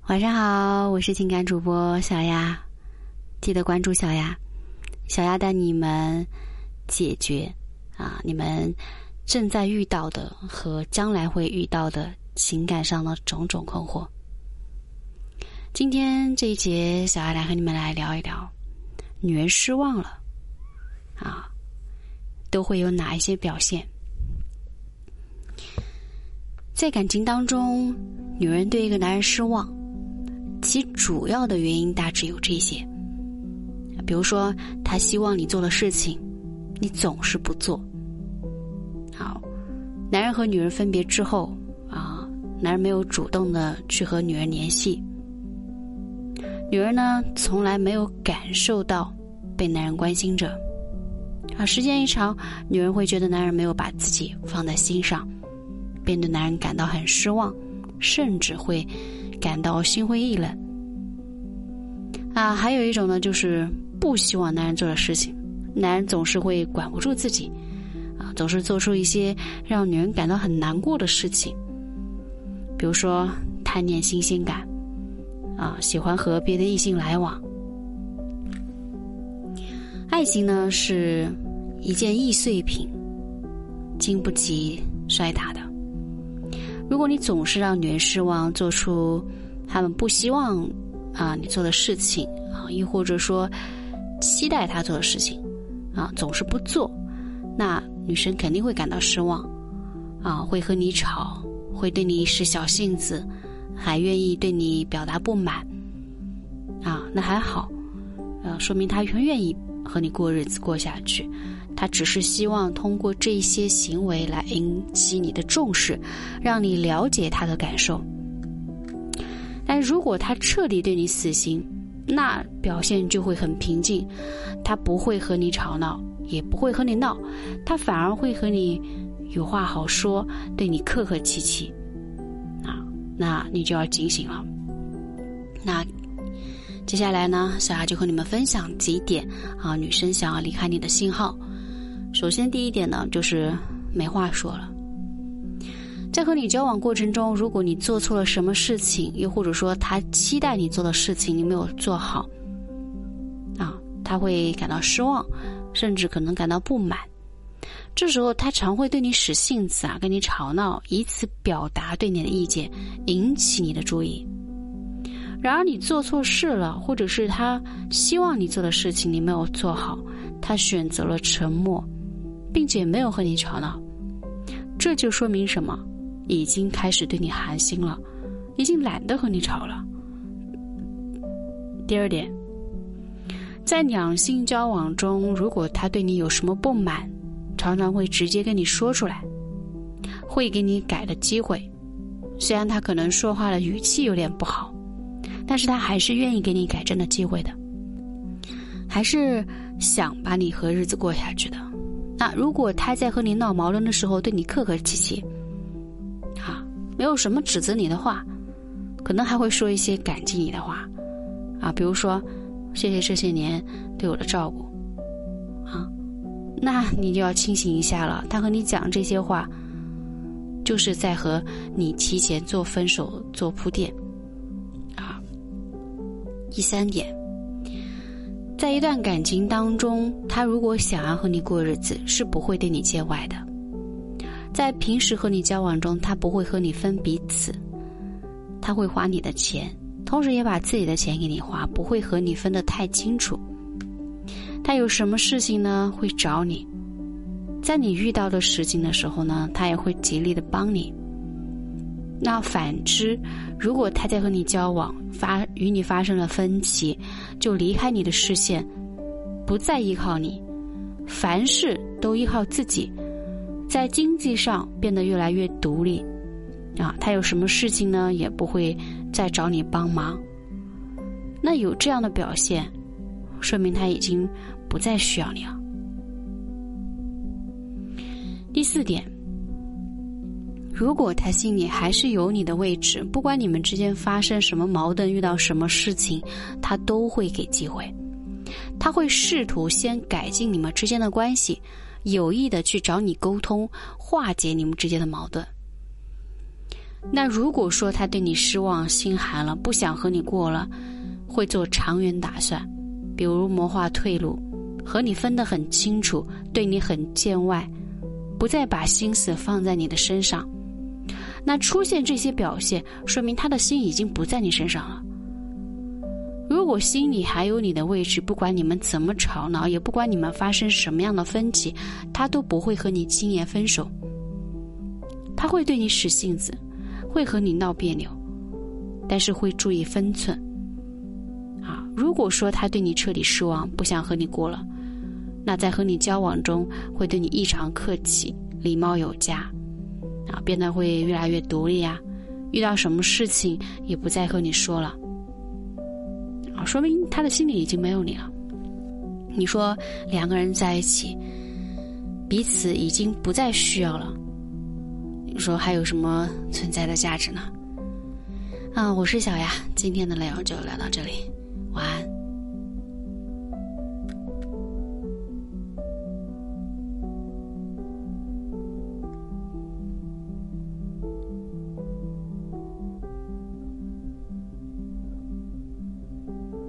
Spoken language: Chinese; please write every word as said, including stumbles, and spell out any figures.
晚上好，我是情感主播小丫，记得关注小丫，小丫带你们解决啊你们正在遇到的和将来会遇到的情感上的种种困惑。今天这一节，小丫来和你们来聊一聊，女人失望了啊，都会有哪一些表现？在感情当中，女人对一个男人失望，其主要的原因大致有这些。比如说，他希望你做的事情，你总是不做。好，男人和女人分别之后啊，男人没有主动的去和女人联系，女人呢，从来没有感受到被男人关心着。啊，时间一长，女人会觉得男人没有把自己放在心上，便对男人感到很失望，甚至会感到心灰意冷。啊，还有一种呢，就是不希望男人做的事情，男人总是会管不住自己，啊，总是做出一些让女人感到很难过的事情，比如说贪念新鲜感，啊，喜欢和别的异性来往。爱情呢，是一件易碎品，经不起摔打的。如果你总是让女人失望，做出他们不希望啊你做的事情啊，亦或者说期待她做的事情啊，总是不做，那女生肯定会感到失望啊，会和你吵，会对你使小性子，还愿意对你表达不满啊，那还好，呃，说明她很愿意和你过日子过下去，他只是希望通过这些行为来引起你的重视，让你了解他的感受。但如果他彻底对你死心，那表现就会很平静，他不会和你吵闹，也不会和你闹，他反而会和你有话好说，对你客客气气啊，那你就要警醒了。那接下来呢，小雅就和你们分享几点啊，女生想要离开你的信号。首先第一点呢，就是没话说了。在和你交往过程中，如果你做错了什么事情，又或者说他期待你做的事情你没有做好啊，他会感到失望，甚至可能感到不满。这时候他常会对你使性子啊，跟你吵闹，以此表达对你的意见，引起你的注意。然而你做错事了，或者是他希望你做的事情你没有做好，他选择了沉默，并且没有和你吵闹，这就说明什么？已经开始对你寒心了，已经懒得和你吵了。第二点，在两性交往中，如果他对你有什么不满，常常会直接跟你说出来，会给你改的机会。虽然他可能说话的语气有点不好，但是他还是愿意给你改正的机会的，还是想把你和日子过下去的。那如果他在和你闹矛盾的时候对你客客气气啊，没有什么指责你的话，可能还会说一些感激你的话啊，比如说谢谢这些年对我的照顾啊，那你就要清醒一下了，他和你讲这些话就是在和你提前做分手做铺垫啊。第三点，在一段感情当中，他如果想要和你过日子，是不会对你见外的。在平时和你交往中，他不会和你分彼此，他会花你的钱，同时也把自己的钱给你花，不会和你分得太清楚。他有什么事情呢，会找你，在你遇到的事情的时候呢，他也会极力的帮你。那反之，如果他在和你交往发与你发生了分歧，就离开你的视线，不再依靠你，凡事都依靠自己，在经济上变得越来越独立啊，他有什么事情呢，也不会再找你帮忙。那有这样的表现，说明他已经不再需要你了。第四点，如果他心里还是有你的位置，不管你们之间发生什么矛盾，遇到什么事情，他都会给机会，他会试图先改进你们之间的关系，有意的去找你沟通，化解你们之间的矛盾。 那如果说他对你失望、心寒了，不想和你过了，会做长远打算，比如谋划退路，和你分得很清楚，对你很见外，不再把心思放在你的身上，那出现这些表现，说明他的心已经不在你身上了。如果心里还有你的位置，不管你们怎么吵闹，也不管你们发生什么样的分歧，他都不会和你轻言分手。他会对你使性子，会和你闹别扭，但是会注意分寸啊。如果说他对你彻底失望，不想和你过了，那在和你交往中会对你异常客气，礼貌有加啊，变得会越来越独立啊，遇到什么事情也不再和你说了啊，说明他的心里已经没有你了。你说两个人在一起，彼此已经不再需要了，你说还有什么存在的价值呢？啊，我是小雅，今天的内容就聊到这里。